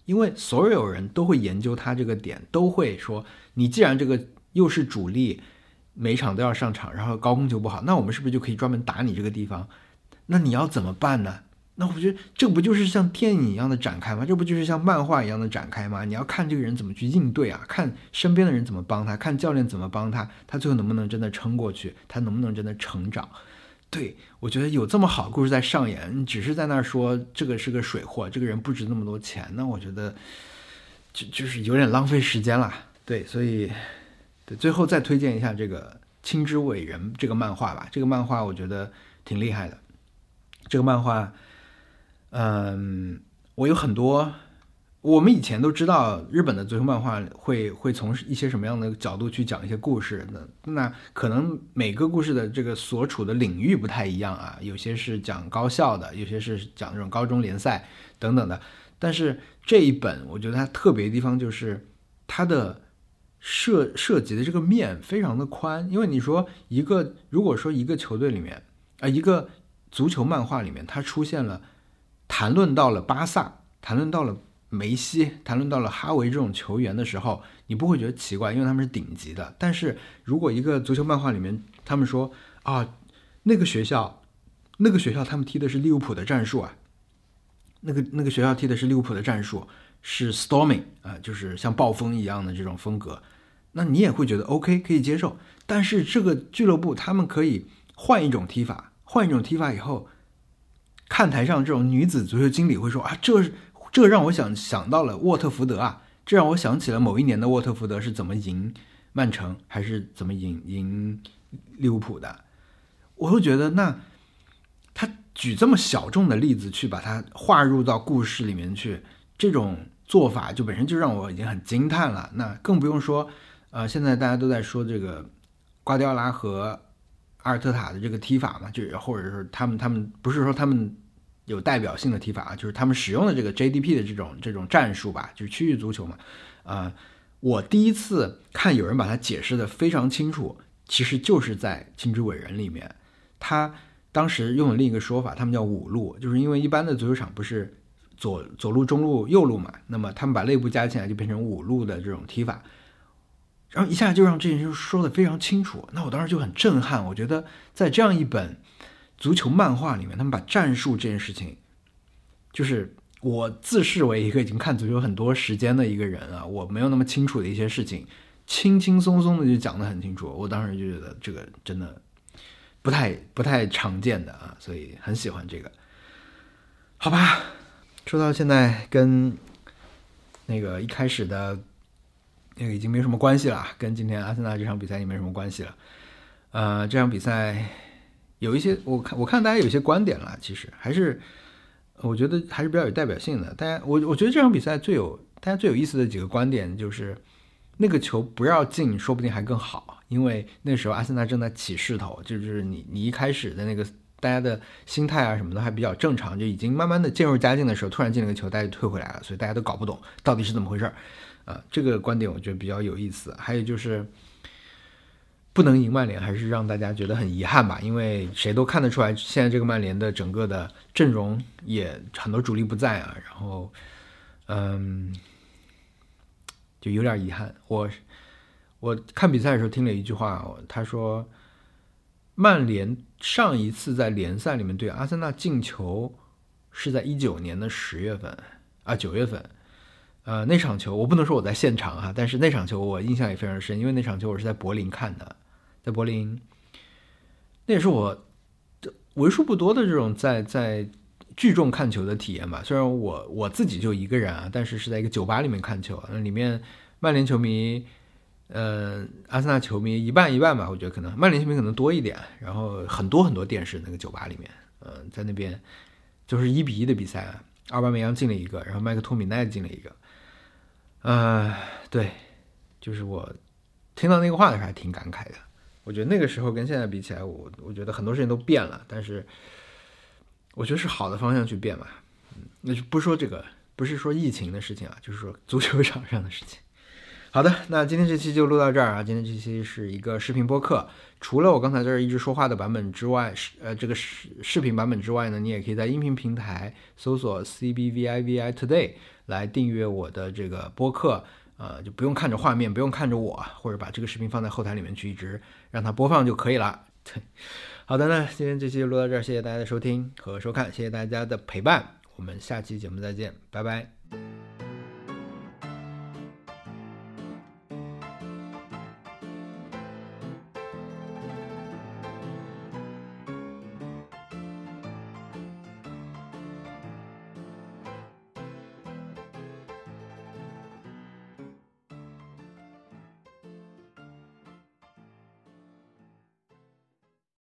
因为所有人都会研究他这个点，都会说你既然这个又是主力，每场都要上场，然后高空球不好，那我们是不是就可以专门打你这个地方？那你要怎么办呢？那我觉得这不就是像电影一样的展开吗？这不就是像漫画一样的展开吗？你要看这个人怎么去应对啊，看身边的人怎么帮他，看教练怎么帮他，他最后能不能真的撑过去，他能不能真的成长。对，我觉得有这么好的故事在上演，你只是在那儿说这个是个水货，这个人不值那么多钱，那我觉得就就是有点浪费时间了。对，所以对，最后再推荐一下这个《青之伟人》这个漫画吧，这个漫画我觉得挺厉害的。这个漫画嗯，我有很多，我们以前都知道日本的足球漫画会会从一些什么样的角度去讲一些故事的，那可能每个故事的这个所处的领域不太一样啊，有些是讲高校的，有些是讲这种高中联赛等等的，但是这一本我觉得它特别的地方就是它的涉涉及的这个面非常的宽，因为你说一个如果说一个球队里面啊、呃，一个足球漫画里面它出现了谈论到了巴萨，谈论到了梅西，谈论到了哈维这种球员的时候，你不会觉得奇怪，因为他们是顶级的。但是如果一个足球漫画里面他们说啊，那个学校那个学校他们踢的是利物浦的战术啊，那个那个学校踢的是利物浦的战术是 storming 啊，就是像暴风一样的这种风格，那你也会觉得 OK 可以接受。但是这个俱乐部他们可以换一种踢法，换一种踢法以后，看台上这种女子足球经理会说啊，这这让我想想到了沃特福德啊，这让我想起了某一年的沃特福德是怎么赢曼城，还是怎么赢赢利物浦的。我会觉得，那他举这么小众的例子去把它划入到故事里面去，这种做法就本身就让我已经很惊叹了。那更不用说，呃，现在大家都在说这个瓜迪奥拉和阿尔特塔的这个踢法嘛，就或者是他们他们不是说他们有代表性的踢法，就是他们使用的这个 J D P 的这种这种战术吧，就是区域足球嘛。啊、呃，我第一次看有人把它解释的非常清楚，其实就是在《青之伟人》里面，他当时用了另一个说法，他们叫五路，就是因为一般的足球场不是左左路、中路、右路嘛，那么他们把内部加起来就变成五路的这种踢法。然后一下就让这件事说得非常清楚，那我当时就很震撼。我觉得在这样一本足球漫画里面，他们把战术这件事情，就是我自视为一个已经看足球很多时间的一个人啊，我没有那么清楚的一些事情，轻轻松松的就讲得很清楚。我当时就觉得这个真的不太不太常见的啊，所以很喜欢这个。好吧，说到现在跟那个一开始的那个已经没什么关系了，跟今天阿森纳这场比赛也没什么关系了。呃，这场比赛有一些我看我看大家有一些观点了，其实还是我觉得还是比较有代表性的。大家我我觉得这场比赛最有大家最有意思的几个观点就是那个球不要进，说不定还更好，因为那时候阿森纳正在起势头，就是你你一开始的那个大家的心态啊什么的还比较正常，就已经慢慢的渐入佳境的时候，突然进了个球，大家就退回来了，所以大家都搞不懂到底是怎么回事。啊，这个观点我觉得比较有意思。还有就是不能赢曼联还是让大家觉得很遗憾吧，因为谁都看得出来现在这个曼联的整个的阵容也很多主力不在啊，然后嗯就有点遗憾。我我看比赛的时候听了一句话，他说曼联上一次在联赛里面对阿森纳进球是在一九年的十月份啊九月份。呃，那场球我不能说我在现场哈，但是那场球我印象也非常深，因为那场球我是在柏林看的，在柏林，那也是我为数不多的这种在在聚众看球的体验吧。虽然我我自己就一个人啊，但是是在一个酒吧里面看球，那里面曼联球迷，呃，阿森纳球迷一半一半吧，我觉得可能曼联球迷可能多一点，然后很多很多电视那个酒吧里面，嗯、呃，在那边就是一比一的比赛啊，阿巴梅扬进了一个，然后麦克托米奈进了一个。呃，对，就是我听到那个话的时候还挺感慨的。我觉得那个时候跟现在比起来，我我觉得很多事情都变了，但是我觉得是好的方向去变嘛。嗯，那就不说这个，不是说疫情的事情啊，就是说足球场上的事情。 好的，那今天这期就录到这儿啊。今天这期是一个视频播客，除了我刚才这儿一直说话的版本之外，呃，这个视视频版本之外呢，你也可以在音频平台搜索 C B V I V I Today 来订阅我的这个播客，呃，就不用看着画面，不用看着我，或者把这个视频放在后台里面去，一直让它播放就可以了。好的，那今天这期就录到这儿，谢谢大家的收听和收看，谢谢大家的陪伴，我们下期节目再见，拜拜。